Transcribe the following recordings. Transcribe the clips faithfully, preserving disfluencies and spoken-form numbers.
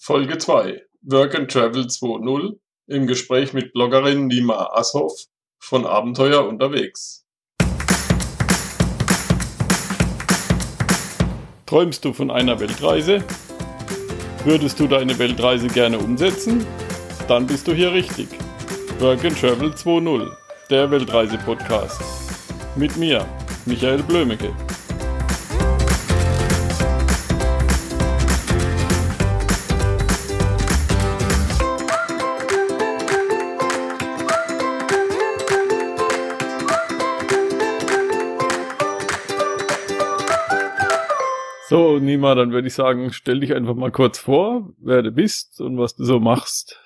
Folge zwei Work and Travel zwei Punkt null im Gespräch mit Bloggerin Nima Ashoff von Abenteuer unterwegs. Träumst du von einer Weltreise? Würdest du deine Weltreise gerne umsetzen? Dann bist du hier richtig. Work and Travel zwei Punkt null, der Weltreise-Podcast. Mit mir, Michael Blömecke. So, Nima, dann würde ich sagen, stell dich einfach mal kurz vor, wer du bist und was du so machst.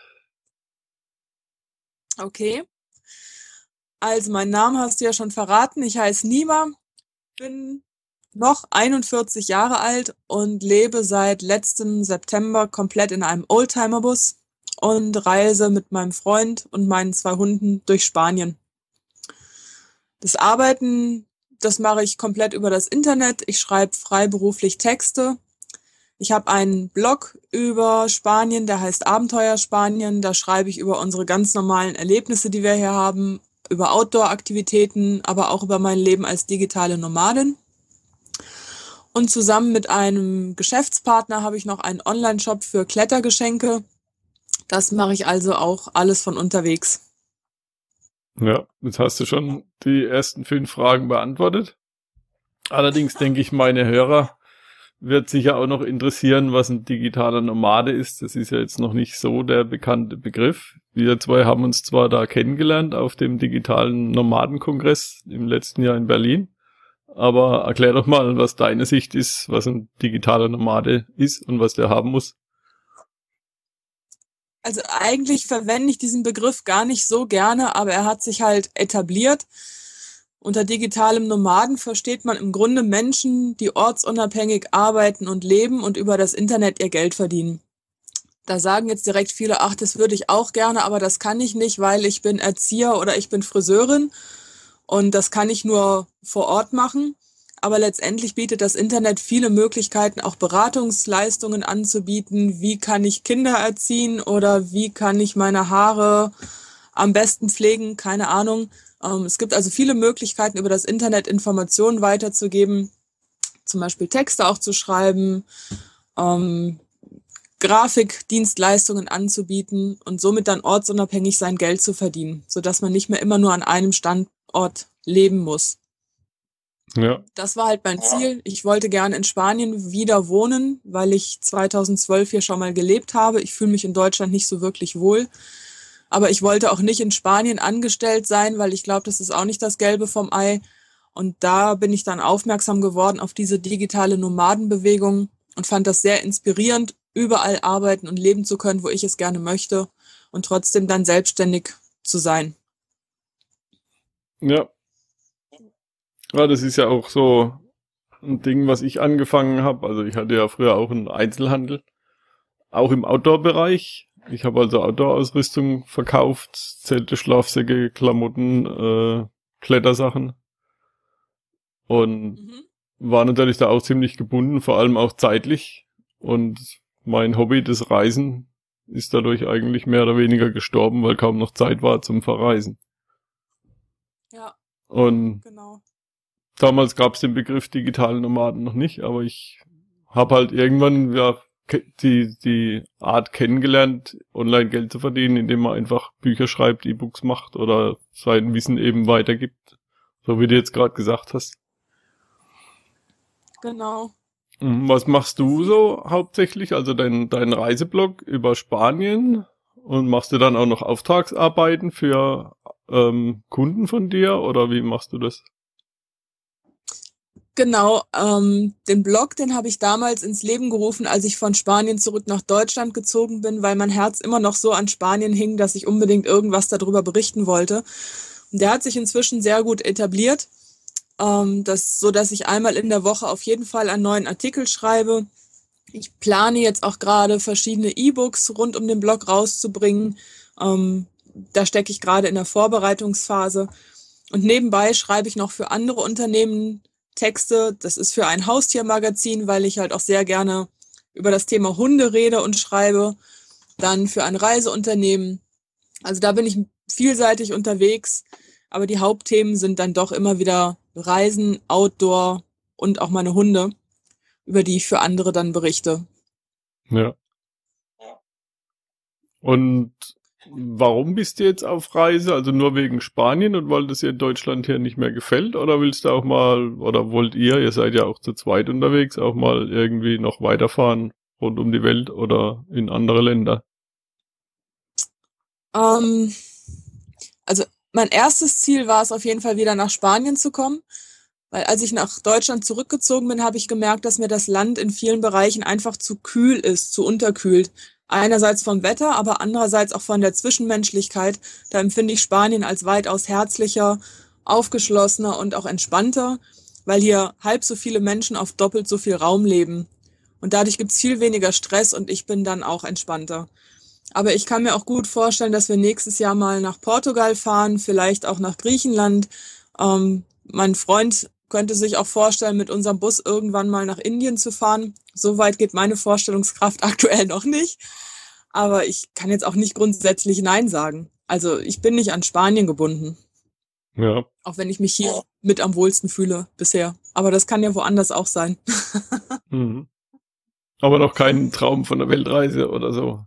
Okay. Also, meinen Namen hast du ja schon verraten. Ich heiße Nima, bin noch einundvierzig Jahre alt und lebe seit letztem September komplett in einem Oldtimer-Bus und reise mit meinem Freund und meinen zwei Hunden durch Spanien. Das Arbeiten, das mache ich komplett über das Internet. Ich schreibe freiberuflich Texte. Ich habe einen Blog über Spanien, der heißt Abenteuer Spanien. Da schreibe ich über unsere ganz normalen Erlebnisse, die wir hier haben, über Outdoor-Aktivitäten, aber auch über mein Leben als digitale Nomadin. Und zusammen mit einem Geschäftspartner habe ich noch einen Online-Shop für Klettergeschenke. Das mache ich also auch alles von unterwegs. Ja, jetzt hast du schon die ersten fünf Fragen beantwortet. Allerdings denke ich, meine Hörer wird sicher auch noch interessieren, was ein digitaler Nomade ist. Das ist ja jetzt noch nicht so der bekannte Begriff. Wir zwei haben uns zwar da kennengelernt auf dem digitalen Nomadenkongress im letzten Jahr in Berlin, aber erklär doch mal, was deine Sicht ist, was ein digitaler Nomade ist und was der haben muss. Also eigentlich verwende ich diesen Begriff gar nicht so gerne, aber er hat sich halt etabliert. Unter digitalem Nomaden versteht man im Grunde Menschen, die ortsunabhängig arbeiten und leben und über das Internet ihr Geld verdienen. Da sagen jetzt direkt viele, ach, das würde ich auch gerne, aber das kann ich nicht, weil ich bin Erzieher oder ich bin Friseurin und das kann ich nur vor Ort machen. Aber letztendlich bietet das Internet viele Möglichkeiten, auch Beratungsleistungen anzubieten. Wie kann ich Kinder erziehen oder wie kann ich meine Haare am besten pflegen? Keine Ahnung. Ähm, es gibt also viele Möglichkeiten, über das Internet Informationen weiterzugeben, zum Beispiel Texte auch zu schreiben, ähm, Grafikdienstleistungen anzubieten und somit dann ortsunabhängig sein Geld zu verdienen, sodass man nicht mehr immer nur an einem Standort leben muss. Ja. Das war halt mein Ziel. Ich wollte gerne in Spanien wieder wohnen, weil ich zweitausendzwölf hier schon mal gelebt habe. Ich fühle mich in Deutschland nicht so wirklich wohl. Aber ich wollte auch nicht in Spanien angestellt sein, weil ich glaube, das ist auch nicht das Gelbe vom Ei. Und da bin ich dann aufmerksam geworden auf diese digitale Nomadenbewegung und fand das sehr inspirierend, überall arbeiten und leben zu können, wo ich es gerne möchte und trotzdem dann selbstständig zu sein. Ja. Ja, das ist ja auch so ein Ding, was ich angefangen habe. Also ich hatte ja früher auch einen Einzelhandel, auch im Outdoor-Bereich. Ich habe also Outdoor-Ausrüstung verkauft, Zelte, Schlafsäcke, Klamotten, äh, Klettersachen. Und mhm. war natürlich da auch ziemlich gebunden, vor allem auch zeitlich. Und mein Hobby, das Reisen, ist dadurch eigentlich mehr oder weniger gestorben, weil kaum noch Zeit war zum Verreisen. Ja, und genau. Damals gab es den Begriff digitale Nomaden noch nicht, aber ich habe halt irgendwann ja die die Art kennengelernt, online Geld zu verdienen, indem man einfach Bücher schreibt, E-Books macht oder sein Wissen eben weitergibt, so wie du jetzt gerade gesagt hast. Genau. Was machst du so hauptsächlich? Also dein dein Reiseblog über Spanien, und machst du dann auch noch Auftragsarbeiten für ähm, Kunden von dir oder wie machst du das? Genau, ähm, den Blog, den habe ich damals ins Leben gerufen, als ich von Spanien zurück nach Deutschland gezogen bin, weil mein Herz immer noch so an Spanien hing, dass ich unbedingt irgendwas darüber berichten wollte. Und der hat sich inzwischen sehr gut etabliert, ähm, das, so dass ich einmal in der Woche auf jeden Fall einen neuen Artikel schreibe. Ich plane jetzt auch gerade verschiedene E-Books rund um den Blog rauszubringen. Ähm, da stecke ich gerade in der Vorbereitungsphase. Und nebenbei schreibe ich noch für andere Unternehmen Texte. Das ist für ein Haustiermagazin, weil ich halt auch sehr gerne über das Thema Hunde rede und schreibe, dann für ein Reiseunternehmen. Also da bin ich vielseitig unterwegs, aber die Hauptthemen sind dann doch immer wieder Reisen, Outdoor und auch meine Hunde, über die ich für andere dann berichte. Ja. Und warum bist du jetzt auf Reise? Also nur wegen Spanien und weil das dir in Deutschland hier nicht mehr gefällt? Oder willst du auch mal, oder wollt ihr, ihr seid ja auch zu zweit unterwegs, auch mal irgendwie noch weiterfahren rund um die Welt oder in andere Länder? Ähm, also mein erstes Ziel war es auf jeden Fall wieder nach Spanien zu kommen, weil als ich nach Deutschland zurückgezogen bin, habe ich gemerkt, dass mir das Land in vielen Bereichen einfach zu kühl ist, zu unterkühlt. Einerseits vom Wetter, aber andererseits auch von der Zwischenmenschlichkeit. Da empfinde ich Spanien als weitaus herzlicher, aufgeschlossener und auch entspannter, weil hier halb so viele Menschen auf doppelt so viel Raum leben. Und dadurch gibt es viel weniger Stress und ich bin dann auch entspannter. Aber ich kann mir auch gut vorstellen, dass wir nächstes Jahr mal nach Portugal fahren, vielleicht auch nach Griechenland. Ähm, mein Freund könnte sich auch vorstellen, mit unserem Bus irgendwann mal nach Indien zu fahren. So weit geht meine Vorstellungskraft aktuell noch nicht. Aber ich kann jetzt auch nicht grundsätzlich Nein sagen. Also ich bin nicht an Spanien gebunden. Ja. Auch wenn ich mich hier mit am wohlsten fühle bisher. Aber das kann ja woanders auch sein. Mhm. Aber noch kein Traum von der Weltreise oder so.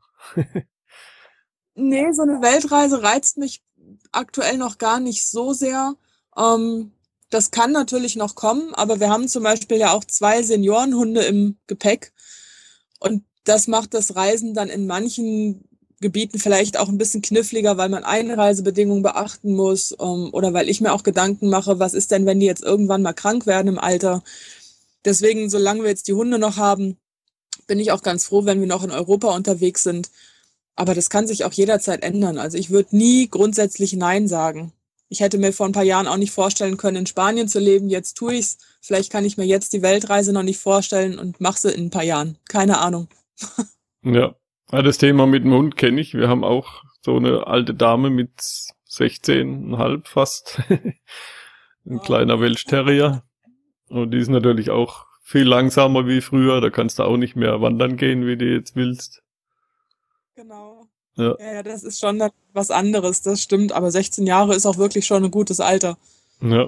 Nee, so eine Weltreise reizt mich aktuell noch gar nicht so sehr. Ähm, das kann natürlich noch kommen, aber wir haben zum Beispiel ja auch zwei Seniorenhunde im Gepäck. Und das macht das Reisen dann in manchen Gebieten vielleicht auch ein bisschen kniffliger, weil man Einreisebedingungen beachten muss, ähm, oder weil ich mir auch Gedanken mache, was ist denn, wenn die jetzt irgendwann mal krank werden im Alter. Deswegen, solange wir jetzt die Hunde noch haben, bin ich auch ganz froh, wenn wir noch in Europa unterwegs sind. Aber das kann sich auch jederzeit ändern. Also ich würde nie grundsätzlich Nein sagen. Ich hätte mir vor ein paar Jahren auch nicht vorstellen können, in Spanien zu leben. Jetzt tue ich's. Vielleicht kann ich mir jetzt die Weltreise noch nicht vorstellen und mache sie in ein paar Jahren. Keine Ahnung. Ja. Ja, das Thema mit dem Hund kenne ich. Wir haben auch so eine alte Dame mit sechzehn Komma fünf fast. Ein kleiner Welsh Terrier. Und die ist natürlich auch viel langsamer wie früher. Da kannst du auch nicht mehr wandern gehen, wie du jetzt willst. Genau. Ja. Ja, ja, das ist schon dann was anderes, das stimmt. Aber sechzehn Jahre ist auch wirklich schon ein gutes Alter. Ja.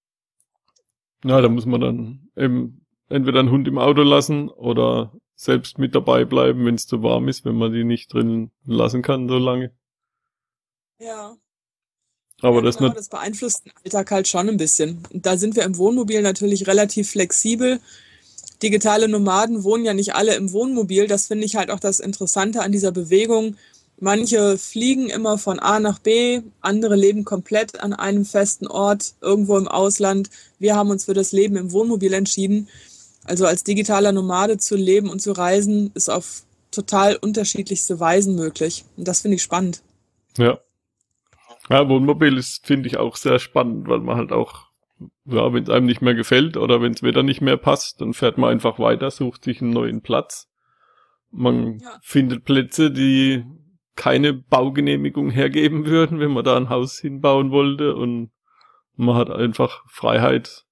Ja, da muss man dann eben entweder einen Hund im Auto lassen oder selbst mit dabei bleiben, wenn es zu warm ist, wenn man die nicht drin lassen kann so lange. Ja. Aber Ja, das genau, nicht. das beeinflusst den Alltag halt schon ein bisschen. Und da sind wir im Wohnmobil natürlich relativ flexibel. Digitale Nomaden wohnen ja nicht alle im Wohnmobil. Das finde ich halt auch das Interessante an dieser Bewegung. Manche fliegen immer von A nach B, andere leben komplett an einem festen Ort, irgendwo im Ausland. Wir haben uns für das Leben im Wohnmobil entschieden. Also als digitaler Nomade zu leben und zu reisen, ist auf total unterschiedlichste Weisen möglich. Und das finde ich spannend. Ja. Ja, Wohnmobil ist, finde ich, auch sehr spannend, weil man halt auch, ja, wenn es einem nicht mehr gefällt oder wenn das Wetter nicht mehr passt, dann fährt man einfach weiter, sucht sich einen neuen Platz. Man Ja. findet Plätze, die keine Baugenehmigung hergeben würden, wenn man da ein Haus hinbauen wollte, und man hat einfach Freiheit.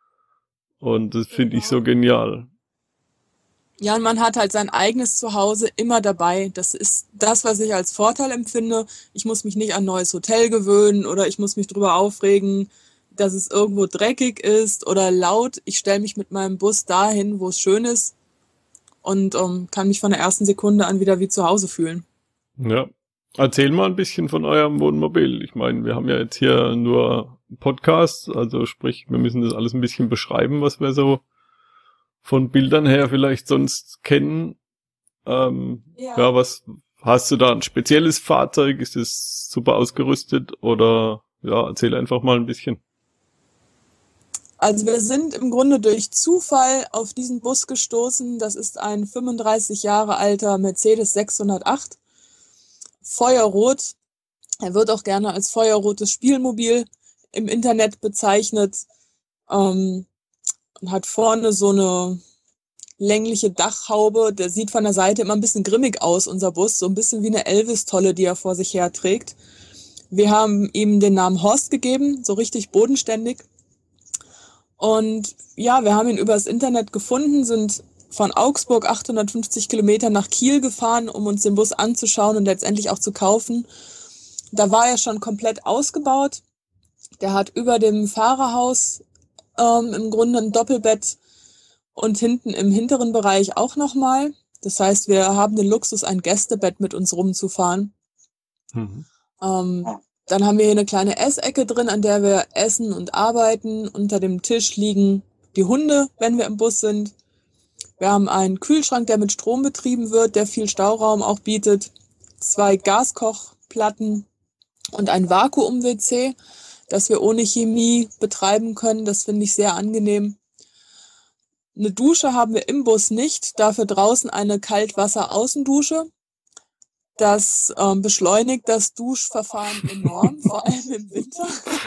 Und das finde ich Genau. so genial. Ja, und man hat halt sein eigenes Zuhause immer dabei. Das ist das, was ich als Vorteil empfinde. Ich muss mich nicht an ein neues Hotel gewöhnen oder ich muss mich drüber aufregen, dass es irgendwo dreckig ist oder laut. Ich stelle mich mit meinem Bus dahin, wo es schön ist, und ähm, kann mich von der ersten Sekunde an wieder wie zu Hause fühlen. Ja. Erzähl mal ein bisschen von eurem Wohnmobil. Ich meine, wir haben ja jetzt hier nur Podcasts, also sprich, wir müssen das alles ein bisschen beschreiben, was wir so von Bildern her vielleicht sonst kennen. Ähm, ja. ja, was hast du da, ein spezielles Fahrzeug? Ist es super ausgerüstet oder ja, erzähl einfach mal ein bisschen. Also wir sind im Grunde durch Zufall auf diesen Bus gestoßen. Das ist ein fünfunddreißig Jahre alter Mercedes sechshundertacht, feuerrot. Er wird auch gerne als feuerrotes Spielmobil im Internet bezeichnet. Ähm, und hat vorne so eine längliche Dachhaube. Der sieht von der Seite immer ein bisschen grimmig aus, unser Bus. So ein bisschen wie eine Elvis-Tolle, die er vor sich her trägt. Wir haben ihm den Namen Horst gegeben, so richtig bodenständig. Und ja, wir haben ihn übers Internet gefunden, sind von Augsburg achthundertfünfzig Kilometer nach Kiel gefahren, um uns den Bus anzuschauen und letztendlich auch zu kaufen. Da war er schon komplett ausgebaut. Der hat über dem Fahrerhaus ähm, im Grunde ein Doppelbett und hinten im hinteren Bereich auch nochmal. Das heißt, wir haben den Luxus, ein Gästebett mit uns rumzufahren. Mhm. Ähm, dann haben wir hier eine kleine Essecke drin, an der wir essen und arbeiten. Unter dem Tisch liegen die Hunde, wenn wir im Bus sind. Wir haben einen Kühlschrank, der mit Strom betrieben wird, der viel Stauraum auch bietet. Zwei Gaskochplatten und ein Vakuum-W C, das wir ohne Chemie betreiben können. Das finde ich sehr angenehm. Eine Dusche haben wir im Bus nicht, dafür draußen eine Kaltwasser-Außendusche. Das ähm, beschleunigt das Duschverfahren enorm, vor allem im Winter.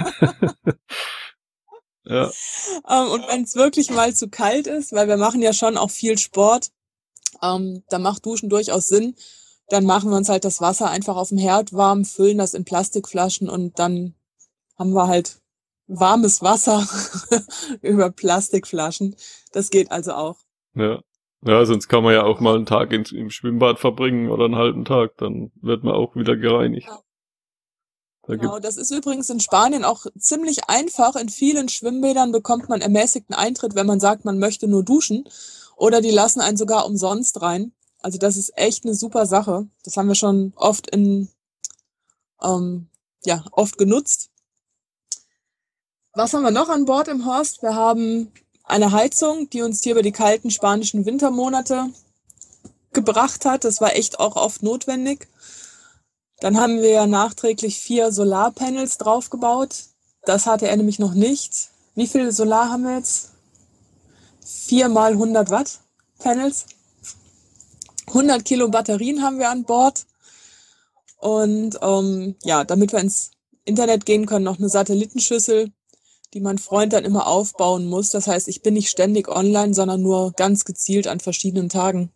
Ja. ähm, und wenn es wirklich mal zu kalt ist, weil wir machen ja schon auch viel Sport, ähm, da macht Duschen durchaus Sinn. Dann machen wir uns halt das Wasser einfach auf dem Herd warm, füllen das in Plastikflaschen und dann haben wir halt warmes Wasser über Plastikflaschen. Das geht also auch. Ja. Ja, sonst kann man ja auch mal einen Tag in, im Schwimmbad verbringen oder einen halben Tag, dann wird man auch wieder gereinigt. Ja. Da Genau, gibt, das ist übrigens in Spanien auch ziemlich einfach. In vielen Schwimmbädern bekommt man ermäßigten Eintritt, wenn man sagt, man möchte nur duschen. Oder die lassen einen sogar umsonst rein. Also das ist echt eine super Sache. Das haben wir schon oft in, ähm, ja, oft genutzt. Was haben wir noch an Bord im Horst? Wir haben eine Heizung, die uns hier über die kalten spanischen Wintermonate gebracht hat. Das war echt auch oft notwendig. Dann haben wir nachträglich vier Solarpanels draufgebaut. Das hatte er nämlich noch nicht. Wie viel Solar haben wir jetzt? Vier mal hundert Watt Panels. hundert Kilo Batterien haben wir an Bord. Und ähm, ja, damit wir ins Internet gehen können, noch eine Satellitenschüssel, die mein Freund dann immer aufbauen muss. Das heißt, ich bin nicht ständig online, sondern nur ganz gezielt an verschiedenen Tagen.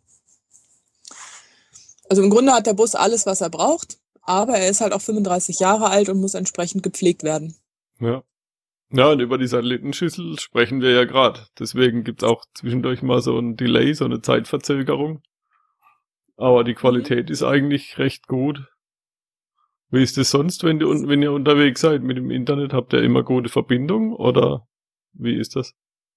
Also im Grunde hat der Bus alles, was er braucht. Aber er ist halt auch fünfunddreißig Jahre alt und muss entsprechend gepflegt werden. ja. Ja, und über die Satellitenschüssel sprechen wir ja gerade. Deswegen gibt's auch zwischendurch mal so ein Delay, so eine Zeitverzögerung. Aber die Qualität mhm. ist eigentlich recht gut. Wie ist es sonst, wenn, du, wenn ihr unterwegs seid mit dem Internet? Habt ihr immer gute Verbindung oder wie ist das?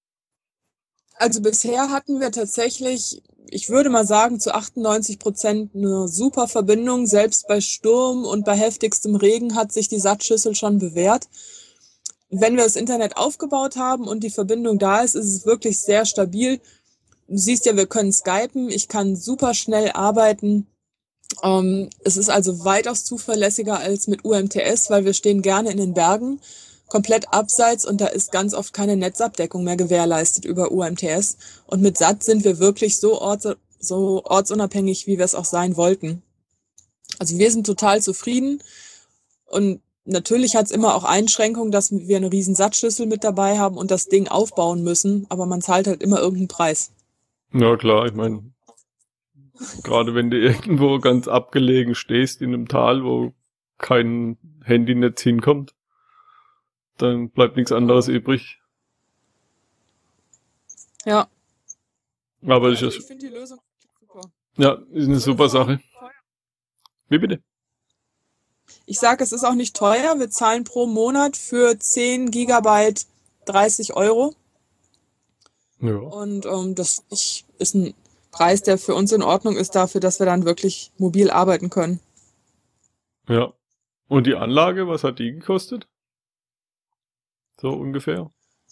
Also bisher hatten wir tatsächlich, ich würde mal sagen, zu achtundneunzig Prozent eine super Verbindung. Selbst bei Sturm und bei heftigstem Regen hat sich die Sattschüssel schon bewährt. Wenn wir das Internet aufgebaut haben und die Verbindung da ist, ist es wirklich sehr stabil. Du siehst ja, wir können skypen, ich kann super schnell arbeiten. Ähm, es ist also weitaus zuverlässiger als mit U M T S, weil wir stehen gerne in den Bergen, komplett abseits und da ist ganz oft keine Netzabdeckung mehr gewährleistet über U M T S. Und mit S A T sind wir wirklich so, orts, so ortsunabhängig, wie wir es auch sein wollten. Also wir sind total zufrieden und natürlich hat es immer auch Einschränkungen, dass wir eine riesen Sattschüssel mit dabei haben und das Ding aufbauen müssen, aber man zahlt halt immer irgendeinen Preis. Ja klar, ich meine, gerade wenn du irgendwo ganz abgelegen stehst in einem Tal, wo kein Handynetz hinkommt, dann bleibt nichts anderes übrig. Ja. Aber also ich, ich finde die Lösung super. Ja, ist eine super Sache. Wie bitte? Ich sage, es ist auch nicht teuer. Wir zahlen pro Monat für zehn Gigabyte dreißig Euro. Ja. Und ähm, das ist ein Preis, der für uns in Ordnung ist, dafür, dass wir dann wirklich mobil arbeiten können. Ja. Und die Anlage, was hat die gekostet? So ungefähr?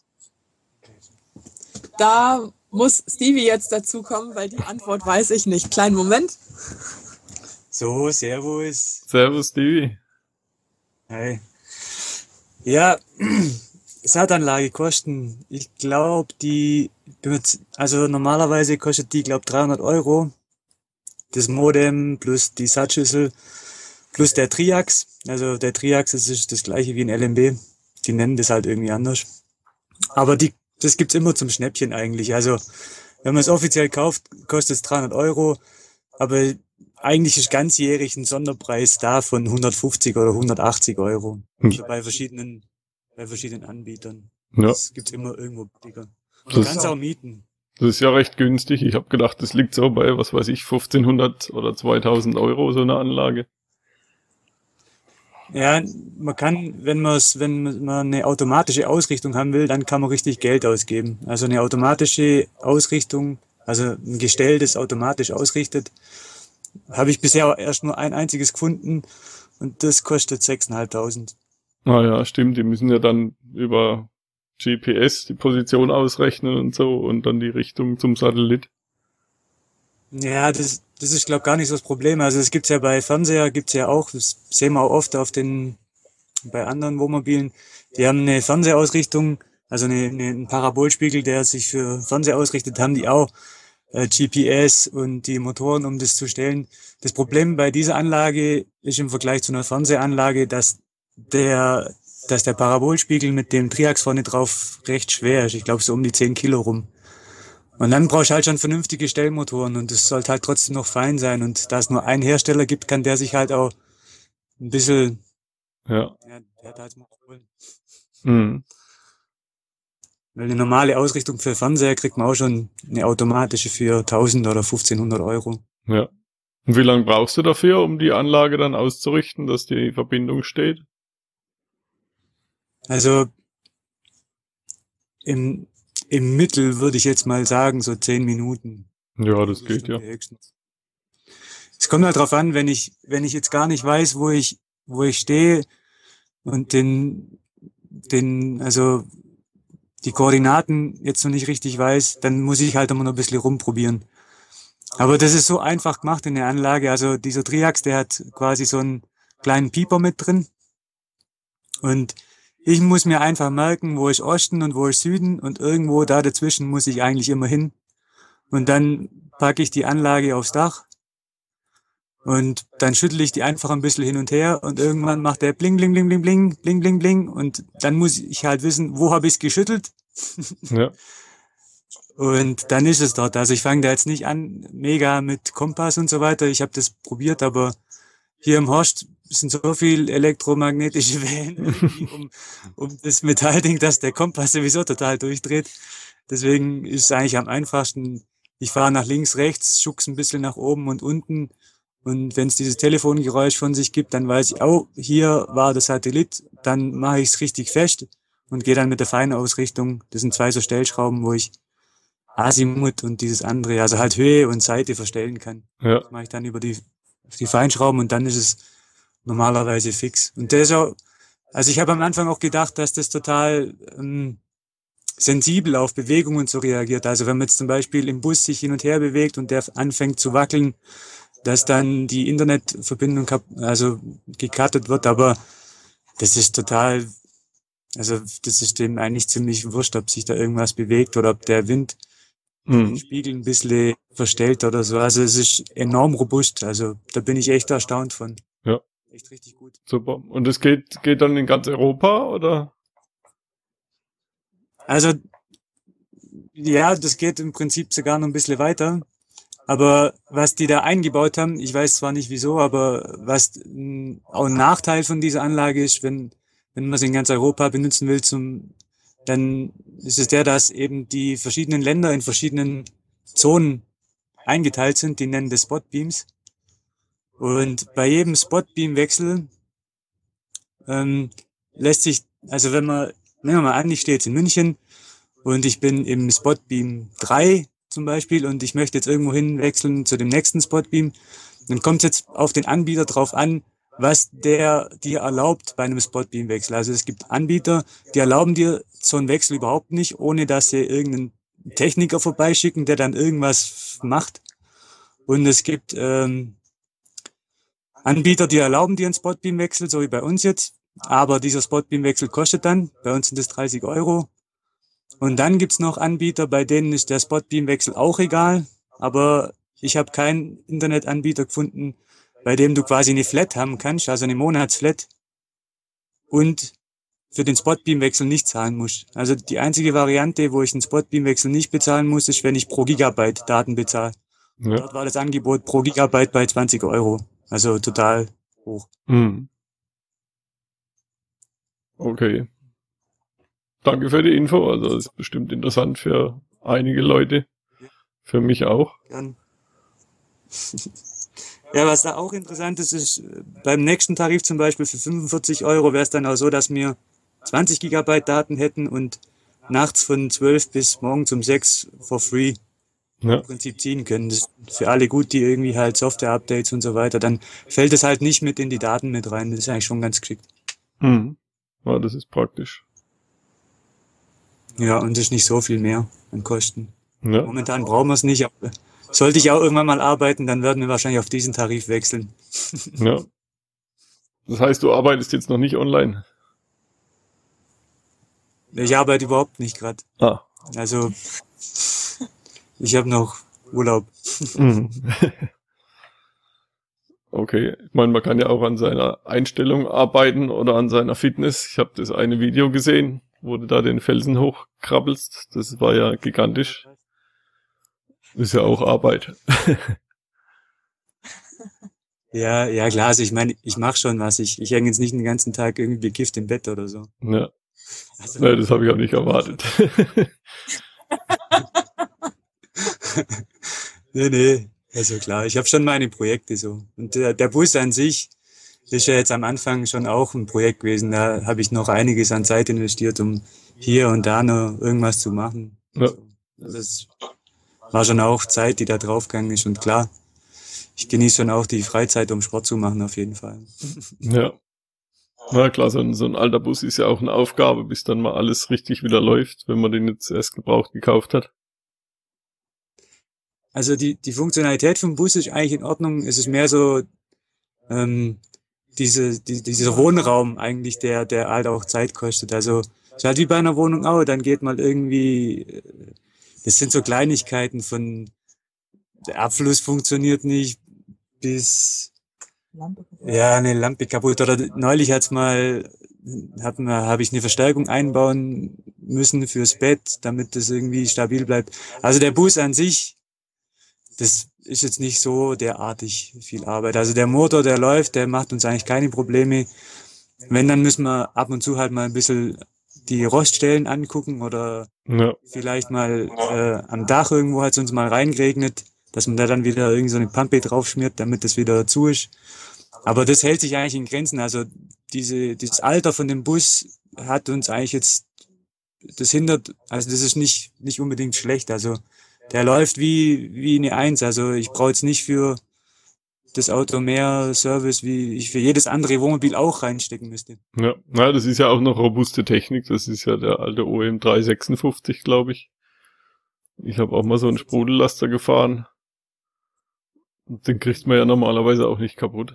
Da muss Stevie jetzt dazu kommen, weil die Antwort weiß ich nicht. Kleinen Moment. So, servus. Servus, Stevie. Hi. Ja, Saatanlage kosten, ich glaube, die, also normalerweise kostet die, glaube dreihundert Euro. Das Modem plus die Sattschüssel plus der Triax. Also der Triax, das ist das gleiche wie ein L M B. Die nennen das halt irgendwie anders. Aber die, das gibt's immer zum Schnäppchen eigentlich. Also wenn man es offiziell kauft, kostet es dreihundert Euro. Aber eigentlich ist ganzjährig ein Sonderpreis da von hundertfünfzig oder hundertachtzig Euro. Also bei verschiedenen, bei verschiedenen Anbietern. Ja. Das gibt's immer irgendwo billiger. Du kannst auch mieten. Das ist ja recht günstig. Ich habe gedacht, das liegt so bei, was weiß ich, fünfzehnhundert oder zweitausend Euro, so eine Anlage. Ja, man kann, wenn man es, wenn man eine automatische Ausrichtung haben will, dann kann man richtig Geld ausgeben. Also eine automatische Ausrichtung, also ein Gestell, das automatisch ausrichtet, habe ich bisher erst nur ein einziges gefunden und das kostet sechstausendfünfhundert. Ah ja, stimmt. Die müssen ja dann über G P S die Position ausrechnen und so und dann die Richtung zum Satellit. Ja, das, das ist, glaube gar nicht so das Problem. Also es gibt's ja bei Fernseher, gibt's ja auch, das sehen wir auch oft auf den, bei anderen Wohnmobilen, die haben eine Fernsehausrichtung, also eine, eine, einen Parabolspiegel, der sich für Fernseher ausrichtet, haben die auch äh, G P S und die Motoren, um das zu stellen. Das Problem bei dieser Anlage ist im Vergleich zu einer Fernsehanlage, dass der, dass der Parabolspiegel mit dem Triax vorne drauf recht schwer ist. Ich glaube so um die zehn Kilo rum. Und dann brauchst du halt schon vernünftige Stellmotoren und es sollte halt trotzdem noch fein sein. Und da es nur einen Hersteller gibt, kann der sich halt auch ein bisschen, Ja. ja, der hat halt mal holen. Mhm. Weil eine normale Ausrichtung für Fernseher kriegt man auch schon eine automatische für tausend oder fünfzehnhundert Euro. Ja. Und wie lange brauchst du dafür, um die Anlage dann auszurichten, dass die Verbindung steht? Also im, im Mittel würde ich jetzt mal sagen, so zehn Minuten. Ja, das geht ja. Höchstens. Es kommt halt drauf an, wenn ich, wenn ich jetzt gar nicht weiß, wo ich, wo ich stehe und den, den, also die Koordinaten jetzt noch nicht richtig weiß, dann muss ich halt immer noch ein bisschen rumprobieren. Aber das ist so einfach gemacht in der Anlage. Also dieser Triax, der hat quasi so einen kleinen Pieper mit drin. Und ich muss mir einfach merken, wo ist Osten und wo ist Süden und irgendwo da dazwischen muss ich eigentlich immer hin. Und dann packe ich die Anlage aufs Dach und dann schüttel ich die einfach ein bisschen hin und her und irgendwann macht der bling, bling, bling, bling, bling, bling, bling, bling und dann muss ich halt wissen, wo habe ich es geschüttelt. Ja. Und dann ist es dort. Also ich fange da jetzt nicht an, mega mit Kompass und so weiter. Ich habe das probiert, aber hier im Horst sind so viel elektromagnetische Wellen, um, um das Metallding, dass der Kompass sowieso total durchdreht. Deswegen ist es eigentlich am einfachsten, ich fahre nach links, rechts, schuck's ein bisschen nach oben und unten. Und wenn es dieses Telefongeräusch von sich gibt, dann weiß ich, oh, hier war der Satellit, dann mache ich es richtig fest und gehe dann mit der feinen Ausrichtung. Das sind zwei so Stellschrauben, wo ich Azimuth und dieses andere, also halt Höhe und Seite verstellen kann. Ja. Das mache ich dann über die, die Feinschrauben und dann ist es normalerweise fix. Und der ist auch, also ich habe am Anfang auch gedacht, dass das total ähm, sensibel auf Bewegungen so reagiert. Also wenn man jetzt zum Beispiel im Bus sich hin und her bewegt und der anfängt zu wackeln, dass dann die Internetverbindung also gecuttet wird, aber das ist total, also das ist dem eigentlich ziemlich wurscht, ob sich da irgendwas bewegt oder ob der Wind Mhm. den Spiegel ein bisschen verstellt oder so. Also es ist enorm robust, also da bin ich echt erstaunt von. Ja. Echt richtig gut. Super. Und das geht, geht dann in ganz Europa, oder? Also ja, das geht im Prinzip sogar noch ein bisschen weiter. Aber was die da eingebaut haben, ich weiß zwar nicht wieso, aber was mh, auch ein Nachteil von dieser Anlage ist, wenn, wenn man sie in ganz Europa benutzen will, zum, dann ist es der, dass eben die verschiedenen Länder in verschiedenen Zonen eingeteilt sind, die nennen das Spotbeams. Und bei jedem Spotbeam-Wechsel ähm, lässt sich, also wenn man, nehmen wir mal an, ich stehe jetzt in München und ich bin im Spotbeam drei zum Beispiel und ich möchte jetzt irgendwo hinwechseln zu dem nächsten Spotbeam, dann kommt es jetzt auf den Anbieter drauf an, was der dir erlaubt bei einem Spotbeam-Wechsel. Also es gibt Anbieter, die erlauben dir so einen Wechsel überhaupt nicht, ohne dass sie irgendeinen Techniker vorbeischicken, der dann irgendwas macht. Und es gibt ähm, Anbieter, die erlauben dir einen Spotbeam-Wechsel, so wie bei uns jetzt, aber dieser Spotbeam-Wechsel kostet dann, bei uns sind das dreißig Euro. Und dann gibt's noch Anbieter, bei denen ist der Spotbeam-Wechsel auch egal, aber ich habe keinen Internetanbieter gefunden, bei dem du quasi eine Flat haben kannst, also eine Monatsflat und für den Spotbeam-Wechsel nicht zahlen musst. Also die einzige Variante, wo ich einen Spotbeam-Wechsel nicht bezahlen muss, ist, wenn ich pro Gigabyte Daten bezahle. Ja. Dort war das Angebot pro Gigabyte bei zwanzig Euro, also total hoch. Mhm. Okay. Danke für die Info, also das ist bestimmt interessant für einige Leute. Für mich auch. Gern. Ja, was da auch interessant ist, ist, beim nächsten Tarif zum Beispiel für fünfundvierzig Euro wäre es dann auch so, dass wir zwanzig Gigabyte Daten hätten und nachts von zwölf bis morgens um sechs for free Ja. im Prinzip ziehen können. Das ist für alle gut, die irgendwie halt Software-Updates und so weiter, dann fällt es halt nicht mit in die Daten mit rein. Das ist eigentlich schon ganz geschickt. Mhm. Ja, das ist praktisch. Ja, und es ist nicht so viel mehr an Kosten. Ja. Momentan brauchen wir es nicht, aber sollte ich auch irgendwann mal arbeiten, dann werden wir wahrscheinlich auf diesen Tarif wechseln. Ja. Das heißt, du arbeitest jetzt noch nicht online? Ich arbeite überhaupt nicht gerade. Ah. Also ich habe noch Urlaub. Mhm. Okay. Ich meine, man kann ja auch an seiner Einstellung arbeiten oder an seiner Fitness. Ich habe das eine Video gesehen, wo du da den Felsen hochkrabbelst. Das war ja gigantisch. Ist ja auch Arbeit. Ja, ja klar, also ich meine, ich mache schon was. Ich, ich hänge jetzt nicht den ganzen Tag irgendwie bekifft im Bett oder so. Ja. Also, Nein, das habe ich auch nicht erwartet. nee, nee, also klar, ich habe schon meine Projekte so. Und der, der Bus an sich ist ja jetzt am Anfang schon auch ein Projekt gewesen. Da habe ich noch einiges an Zeit investiert, um hier und da noch irgendwas zu machen. Ja. Also das war schon auch Zeit, die da draufgegangen ist. Und klar, ich genieße schon auch die Freizeit, um Sport zu machen, auf jeden Fall. Ja. Na klar, so ein, so ein alter Bus ist ja auch eine Aufgabe, bis dann mal alles richtig wieder läuft, wenn man den jetzt erst gebraucht gekauft hat. Also die, die Funktionalität vom Bus ist eigentlich in Ordnung. Es ist mehr so ähm, diese, die, dieser Wohnraum eigentlich, der, der halt auch Zeit kostet. Also es ist halt wie bei einer Wohnung auch, dann geht mal irgendwie, äh, das sind so Kleinigkeiten von, der Abfluss funktioniert nicht, bis, ja, eine Lampe kaputt. Oder neulich hat's mal, hat man, habe ich eine Verstärkung einbauen müssen fürs Bett, damit das irgendwie stabil bleibt. Also der Bus an sich, das ist jetzt nicht so derartig viel Arbeit. Also der Motor, der läuft, der macht uns eigentlich keine Probleme. Wenn, dann müssen wir ab und zu halt mal ein bisschen die Roststellen angucken oder Ja. vielleicht mal äh, am Dach irgendwo hat es uns mal reingeregnet, dass man da dann wieder irgendwie so eine Pampe draufschmiert, damit das wieder zu ist. Aber das hält sich eigentlich in Grenzen. Also diese, dieses Alter von dem Bus hat uns eigentlich jetzt, das hindert, also das ist nicht, nicht unbedingt schlecht. Also der läuft wie, wie eine Eins. Also ich brauche jetzt nicht für das Auto mehr Service, wie ich für jedes andere Wohnmobil auch reinstecken müsste. Ja. Na, das ist ja auch noch robuste Technik. Das ist ja der alte O M drei sechsundfünfzig, glaube ich. Ich habe auch mal so einen Sprudellaster gefahren. Den kriegt man ja normalerweise auch nicht kaputt.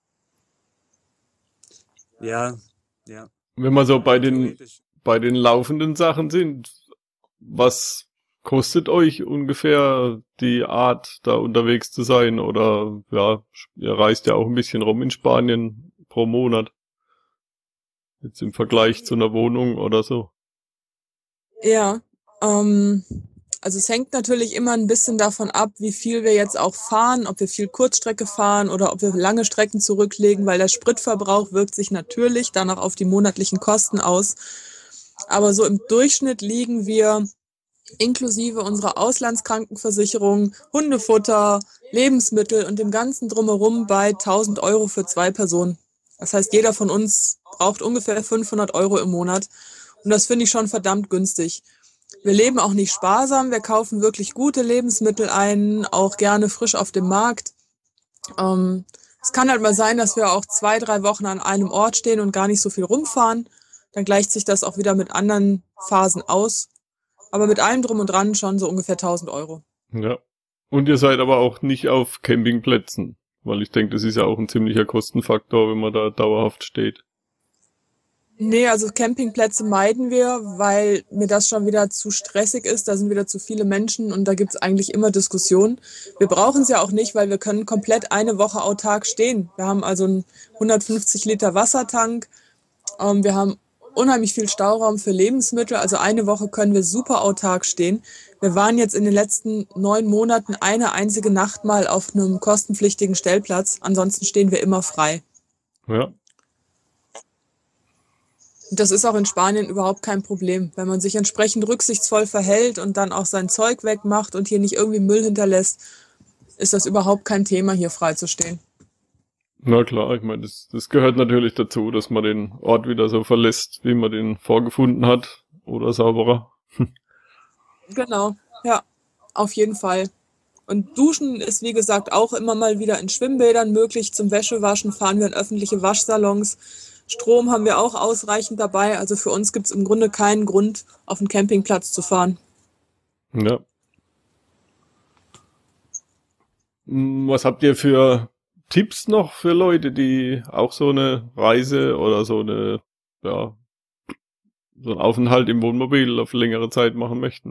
Ja, ja. Wenn wir so bei den, bei den laufenden Sachen sind, was kostet euch ungefähr die Art, da unterwegs zu sein? Oder, ja, ihr reist ja auch ein bisschen rum in Spanien pro Monat. Jetzt im Vergleich zu einer Wohnung oder so. Ja, ähm, also es hängt natürlich immer ein bisschen davon ab, wie viel wir jetzt auch fahren, ob wir viel Kurzstrecke fahren oder ob wir lange Strecken zurücklegen, weil der Spritverbrauch wirkt sich natürlich dann auch auf die monatlichen Kosten aus. Aber so im Durchschnitt liegen wir inklusive unserer Auslandskrankenversicherung, Hundefutter, Lebensmittel und dem ganzen Drumherum bei tausend Euro für zwei Personen. Das heißt, jeder von uns braucht ungefähr fünfhundert Euro im Monat. Und das finde ich schon verdammt günstig. Wir leben auch nicht sparsam. Wir kaufen wirklich gute Lebensmittel ein, auch gerne frisch auf dem Markt. Ähm, es kann halt mal sein, dass wir auch zwei, drei Wochen an einem Ort stehen und gar nicht so viel rumfahren. Dann gleicht sich das auch wieder mit anderen Phasen aus. Aber mit allem drum und dran schon so ungefähr tausend Euro. Ja. Und ihr seid aber auch nicht auf Campingplätzen, weil ich denke, das ist ja auch ein ziemlicher Kostenfaktor, wenn man da dauerhaft steht. Nee, also Campingplätze meiden wir, weil mir das schon wieder zu stressig ist. Da sind wieder zu viele Menschen und da gibt's eigentlich immer Diskussionen. Wir brauchen es ja auch nicht, weil wir können komplett eine Woche autark stehen. Wir haben also einen hundertfünfzig Liter Wassertank. Ähm, wir haben unheimlich viel Stauraum für Lebensmittel. Also eine Woche können wir super autark stehen. Wir waren jetzt in den letzten neun Monaten eine einzige Nacht mal auf einem kostenpflichtigen Stellplatz. Ansonsten stehen wir immer frei. Ja. Das ist auch in Spanien überhaupt kein Problem. Wenn man sich entsprechend rücksichtsvoll verhält und dann auch sein Zeug wegmacht und hier nicht irgendwie Müll hinterlässt, ist das überhaupt kein Thema, hier freizustehen. Na klar, ich meine, das, das gehört natürlich dazu, dass man den Ort wieder so verlässt, wie man den vorgefunden hat, oder sauberer. Genau, ja, auf jeden Fall. Und Duschen ist, wie gesagt, auch immer mal wieder in Schwimmbädern möglich. Zum Wäschewaschen fahren wir in öffentliche Waschsalons. Strom haben wir auch ausreichend dabei. Also für uns gibt es im Grunde keinen Grund, auf einen Campingplatz zu fahren. Ja. Hm, Was habt ihr für Tipps noch für Leute, die auch so eine Reise oder so eine, ja, so einen Aufenthalt im Wohnmobil auf längere Zeit machen möchten?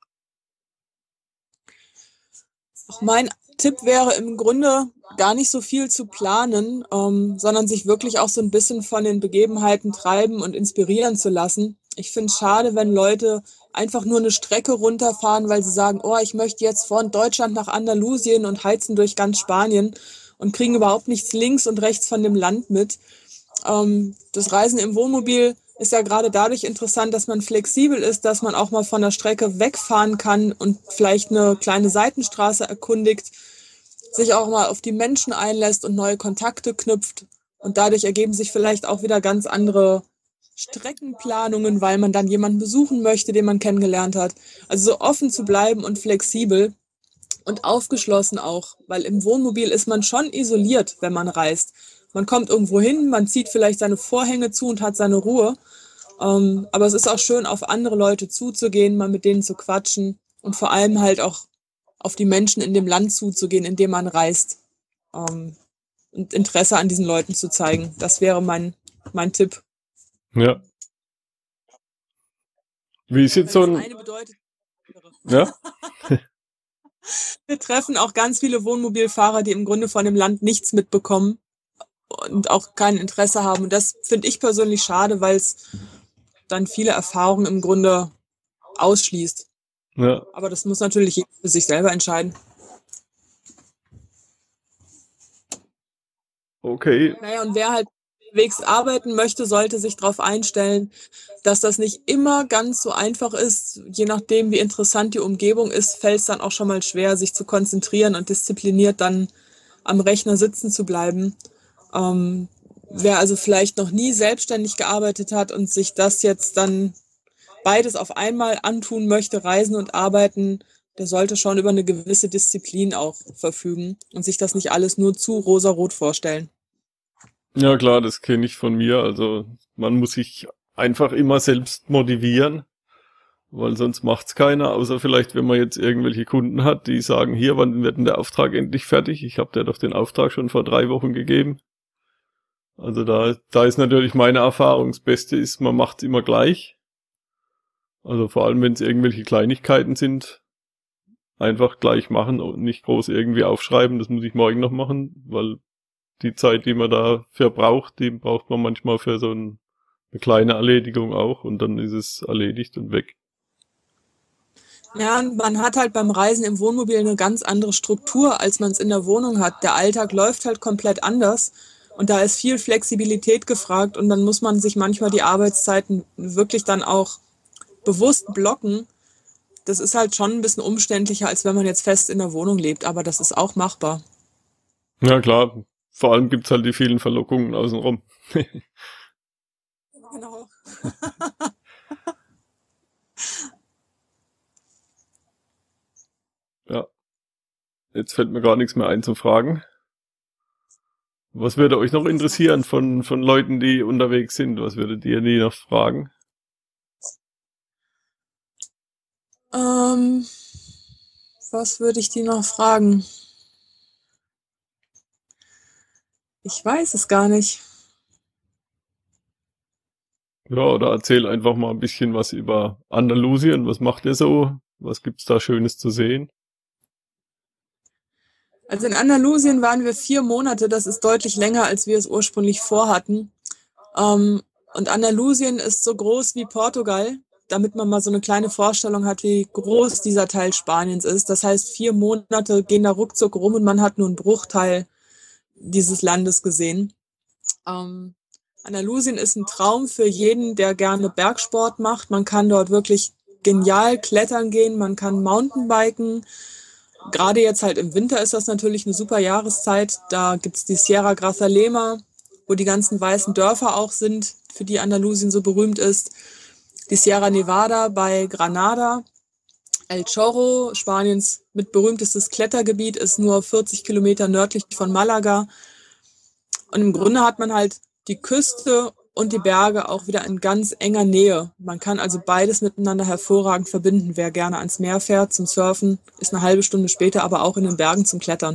Auch mein Tipp wäre im Grunde gar nicht so viel zu planen, ähm, sondern sich wirklich auch so ein bisschen von den Begebenheiten treiben und inspirieren zu lassen. Ich finde es schade, wenn Leute einfach nur eine Strecke runterfahren, weil sie sagen, oh, ich möchte jetzt von Deutschland nach Andalusien und heizen durch ganz Spanien und kriegen überhaupt nichts links und rechts von dem Land mit. Ähm, das Reisen im Wohnmobil ist ja gerade dadurch interessant, dass man flexibel ist, dass man auch mal von der Strecke wegfahren kann und vielleicht eine kleine Seitenstraße erkundigt, sich auch mal auf die Menschen einlässt und neue Kontakte knüpft. Und dadurch ergeben sich vielleicht auch wieder ganz andere Streckenplanungen, weil man dann jemanden besuchen möchte, den man kennengelernt hat. Also so offen zu bleiben und flexibel und aufgeschlossen auch, weil im Wohnmobil ist man schon isoliert, wenn man reist. Man kommt irgendwo hin, man zieht vielleicht seine Vorhänge zu und hat seine Ruhe. Ähm, aber es ist auch schön, auf andere Leute zuzugehen, mal mit denen zu quatschen und vor allem halt auch auf die Menschen in dem Land zuzugehen, in dem man reist. Ähm, und Interesse an diesen Leuten zu zeigen. Das wäre mein, mein Tipp. Ja. Wie ist jetzt so Wenn das ein, eine bedeutet, ja? wir treffen auch ganz viele Wohnmobilfahrer, die im Grunde von dem Land nichts mitbekommen und auch kein Interesse haben. Und das finde ich persönlich schade, weil es dann viele Erfahrungen im Grunde ausschließt. Ja, Aber das muss natürlich jeder für sich selber entscheiden. okay. Naja, und wer halt unterwegs arbeiten möchte, sollte sich darauf einstellen, dass das nicht immer ganz so einfach ist. Je nachdem, wie interessant die Umgebung ist, fällt es dann auch schon mal schwer, sich zu konzentrieren und diszipliniert dann am Rechner sitzen zu bleiben. Ähm, wer also vielleicht noch nie selbstständig gearbeitet hat und sich das jetzt dann beides auf einmal antun möchte, Reisen und Arbeiten, der sollte schon über eine gewisse Disziplin auch verfügen und sich das nicht alles nur zu rosarot vorstellen. Ja klar, das kenne ich von mir. Also man muss sich einfach immer selbst motivieren, weil sonst macht's keiner, außer vielleicht, wenn man jetzt irgendwelche Kunden hat, die sagen, hier, wann wird denn der Auftrag endlich fertig? Ich habe dir doch den Auftrag schon vor drei Wochen gegeben. Also da, da ist natürlich meine Erfahrung, das Beste ist, man macht's immer gleich. Also vor allem, wenn es irgendwelche Kleinigkeiten sind, einfach gleich machen und nicht groß irgendwie aufschreiben, das muss ich morgen noch machen, weil die Zeit, die man dafür braucht, die braucht man manchmal für so ein, eine kleine Erledigung auch und dann ist es erledigt und weg. Ja, und man hat halt beim Reisen im Wohnmobil eine ganz andere Struktur, als man es in der Wohnung hat. Der Alltag läuft halt komplett anders und da ist viel Flexibilität gefragt und dann muss man sich manchmal die Arbeitszeiten wirklich dann auch bewusst blocken. Das ist halt schon ein bisschen umständlicher, als wenn man jetzt fest in der Wohnung lebt, aber das ist auch machbar. Ja klar, vor allem gibt's halt die vielen Verlockungen außenrum. Genau. Ja, jetzt fällt mir gar nichts mehr ein zu fragen. Was würde euch noch interessieren von, von Leuten, die unterwegs sind? Was würdet ihr die noch fragen? Ähm, was würde ich die noch fragen? Ich weiß es gar nicht. Ja, oder erzähl einfach mal ein bisschen was über Andalusien. Was macht ihr so? Was gibt's da Schönes zu sehen? Also in Andalusien waren wir vier Monate, das ist deutlich länger, als wir es ursprünglich vorhatten. Ähm, und Andalusien ist so groß wie Portugal, damit man mal so eine kleine Vorstellung hat, wie groß dieser Teil Spaniens ist. Das heißt, vier Monate gehen da ruckzuck rum und man hat nur einen Bruchteil dieses Landes gesehen. Ähm, Andalusien ist ein Traum für jeden, der gerne Bergsport macht. Man kann dort wirklich genial klettern gehen, man kann Mountainbiken. Gerade jetzt halt im Winter ist das natürlich eine super Jahreszeit. Da gibt's die Sierra Grazalema, wo die ganzen weißen Dörfer auch sind, für die Andalusien so berühmt ist. Die Sierra Nevada bei Granada. El Chorro, Spaniens mit berühmtestes Klettergebiet, ist nur vierzig Kilometer nördlich von Malaga. Und im Grunde hat man halt die Küste und die Berge auch wieder in ganz enger Nähe. Man kann also beides miteinander hervorragend verbinden. Wer gerne ans Meer fährt zum Surfen, ist eine halbe Stunde später aber auch in den Bergen zum Klettern.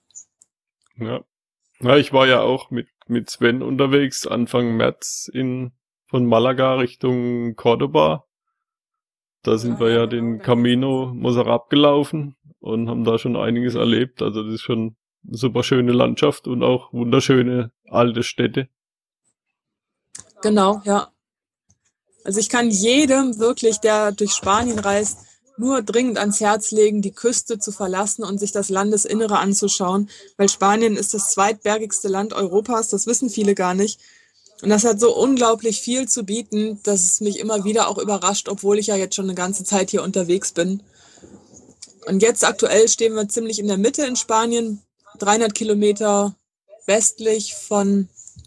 Ja. Ja, ich war ja auch mit, mit Sven unterwegs, Anfang März in, von Malaga Richtung Cordoba. Da sind wir ja den Camino Mozarab gelaufen und haben da schon einiges erlebt. Also das ist schon eine super schöne Landschaft und auch wunderschöne alte Städte. Genau, ja. Also ich kann jedem wirklich, der durch Spanien reist, nur dringend ans Herz legen, die Küste zu verlassen und sich das Landesinnere anzuschauen, weil Spanien ist das zweitbergigste Land Europas, das wissen viele gar nicht. Und das hat so unglaublich viel zu bieten, dass es mich immer wieder auch überrascht, obwohl ich ja jetzt schon eine ganze Zeit hier unterwegs bin. Und jetzt aktuell stehen wir ziemlich in der Mitte in Spanien, dreihundert Kilometer westlich von,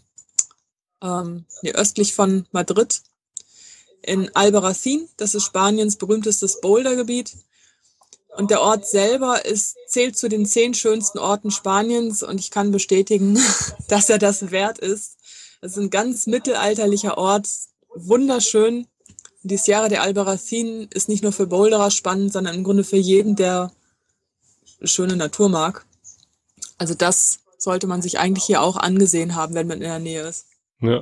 ähm, nee, östlich von Madrid, in Albarracín. Das ist Spaniens berühmtestes Bouldergebiet. Und der Ort selber ist, zählt zu den zehn schönsten Orten Spaniens und ich kann bestätigen, dass er das wert ist. Es ist ein ganz mittelalterlicher Ort, wunderschön. Die Sierra de Albarracín ist nicht nur für Boulderer spannend, sondern im Grunde für jeden, der schöne Natur mag. Also das sollte man sich eigentlich hier auch angesehen haben, wenn man in der Nähe ist. Ja.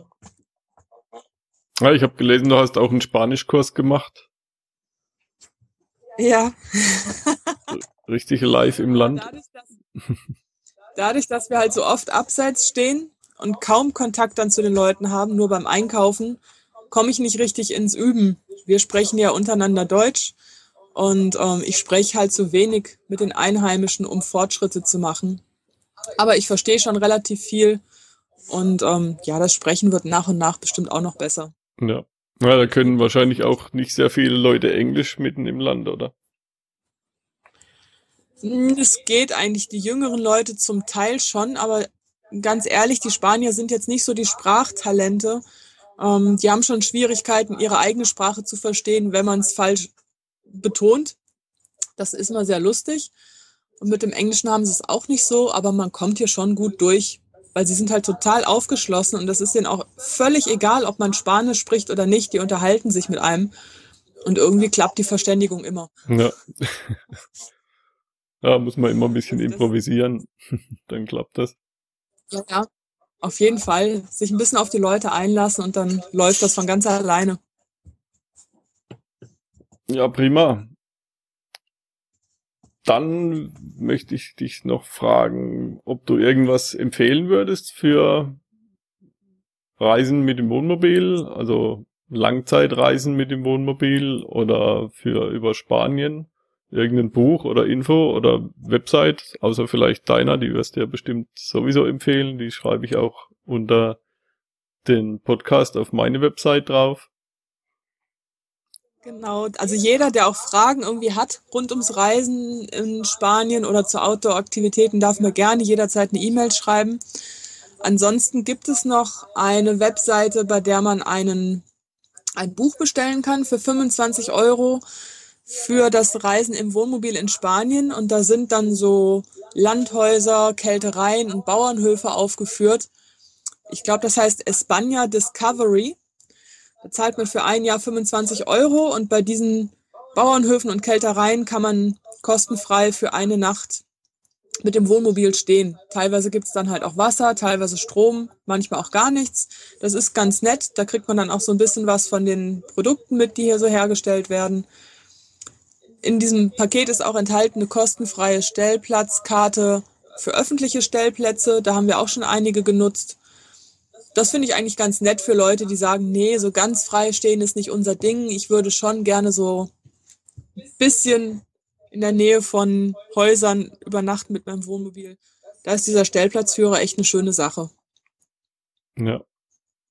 Ja, ich habe gelesen, du hast auch einen Spanischkurs gemacht. Ja. Richtig live im Land. Dadurch dass, dadurch, dass wir halt so oft abseits stehen und kaum Kontakt dann zu den Leuten haben, nur beim Einkaufen, komme ich nicht richtig ins Üben. Wir sprechen ja untereinander Deutsch und ähm, ich spreche halt zu wenig mit den Einheimischen, um Fortschritte zu machen. Aber ich verstehe schon relativ viel und ähm, ja, das Sprechen wird nach und nach bestimmt auch noch besser. Ja. Ja, da können wahrscheinlich auch nicht sehr viele Leute Englisch mitten im Land, oder? Es geht eigentlich, die jüngeren Leute zum Teil schon, aber ganz ehrlich, die Spanier sind jetzt nicht so die Sprachtalente. Ähm, die haben schon Schwierigkeiten, ihre eigene Sprache zu verstehen, wenn man es falsch betont. Das ist mal sehr lustig. Und mit dem Englischen haben sie es auch nicht so, aber man kommt hier schon gut durch, weil sie sind halt total aufgeschlossen und das ist denen auch völlig egal, ob man Spanisch spricht oder nicht. Die unterhalten sich mit einem und irgendwie klappt die Verständigung immer. Ja. Ja, muss man immer ein bisschen improvisieren, dann klappt das. Ja, ja, auf jeden Fall. Sich ein bisschen auf die Leute einlassen und dann läuft das von ganz alleine. Ja, prima. Dann möchte ich dich noch fragen, ob du irgendwas empfehlen würdest für Reisen mit dem Wohnmobil, also Langzeitreisen mit dem Wohnmobil oder für über Spanien. Irgendein Buch oder Info oder Website, außer vielleicht deiner, die wirst du ja bestimmt sowieso empfehlen. Die schreibe ich auch unter den Podcast auf meine Website drauf. Genau, also jeder, der auch Fragen irgendwie hat rund ums Reisen in Spanien oder zu Outdoor-Aktivitäten, darf mir gerne jederzeit eine E-Mail schreiben. Ansonsten gibt es noch eine Webseite, bei der man einen, ein Buch bestellen kann für fünfundzwanzig Euro. Für das Reisen im Wohnmobil in Spanien und da sind dann so Landhäuser, Kältereien und Bauernhöfe aufgeführt. Ich glaube, das heißt España Discovery. Da zahlt man für ein Jahr fünfundzwanzig Euro und bei diesen Bauernhöfen und Kältereien kann man kostenfrei für eine Nacht mit dem Wohnmobil stehen. Teilweise gibt es dann halt auch Wasser, teilweise Strom, manchmal auch gar nichts. Das ist ganz nett. Da kriegt man dann auch so ein bisschen was von den Produkten mit, die hier so hergestellt werden. In diesem Paket ist auch enthalten eine kostenfreie Stellplatzkarte für öffentliche Stellplätze. Da haben wir auch schon einige genutzt. Das finde ich eigentlich ganz nett für Leute, die sagen, nee, so ganz frei stehen ist nicht unser Ding. Ich würde schon gerne so ein bisschen in der Nähe von Häusern übernachten mit meinem Wohnmobil. Da ist dieser Stellplatzführer echt eine schöne Sache. Ja.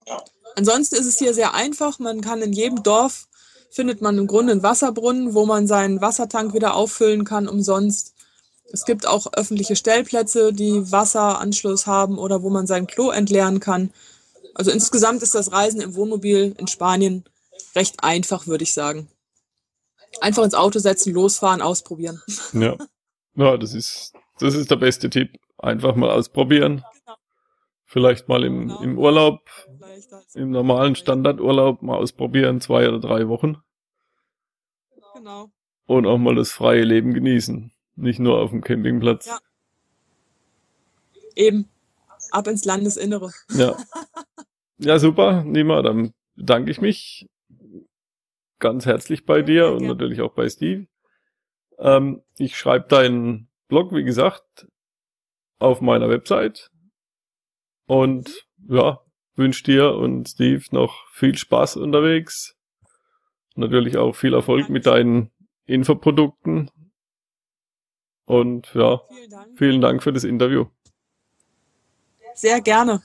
Ansonsten ist es hier sehr einfach. Man kann in jedem Dorf, findet man im Grunde einen Wasserbrunnen, wo man seinen Wassertank wieder auffüllen kann umsonst. Es gibt auch öffentliche Stellplätze, die Wasseranschluss haben oder wo man sein Klo entleeren kann. Also insgesamt ist das Reisen im Wohnmobil in Spanien recht einfach, würde ich sagen. Einfach ins Auto setzen, losfahren, ausprobieren. Ja, ja das ist, das ist der beste Tipp. Einfach mal ausprobieren. Genau. Vielleicht mal im, Genau. im Urlaub, Vielleicht als- im normalen Standardurlaub mal ausprobieren, zwei oder drei Wochen. Genau. Und auch mal das freie Leben genießen. Nicht nur auf dem Campingplatz. Ja. Eben. Ab ins Landesinnere. Ja, ja super, Nima, dann bedanke ich mich ganz herzlich bei dir und gerne. natürlich auch bei Steve. Ähm, ich schreibe deinen Blog, wie gesagt, auf meiner Website und ja, wünsche dir und Steve noch viel Spaß unterwegs. Natürlich auch viel Erfolg mit deinen Infoprodukten und ja, Vielen Dank. vielen Dank für das Interview. Sehr gerne.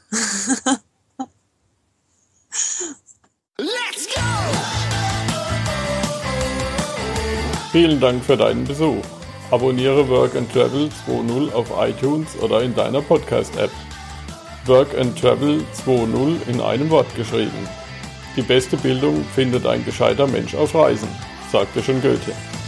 Vielen Dank für deinen Besuch. Abonniere Work and Travel zwei Punkt null auf iTunes oder in deiner Podcast-App. Work and Travel zwei Punkt null in einem Wort geschrieben. Die beste Bildung findet ein gescheiter Mensch auf Reisen, sagte schon Goethe.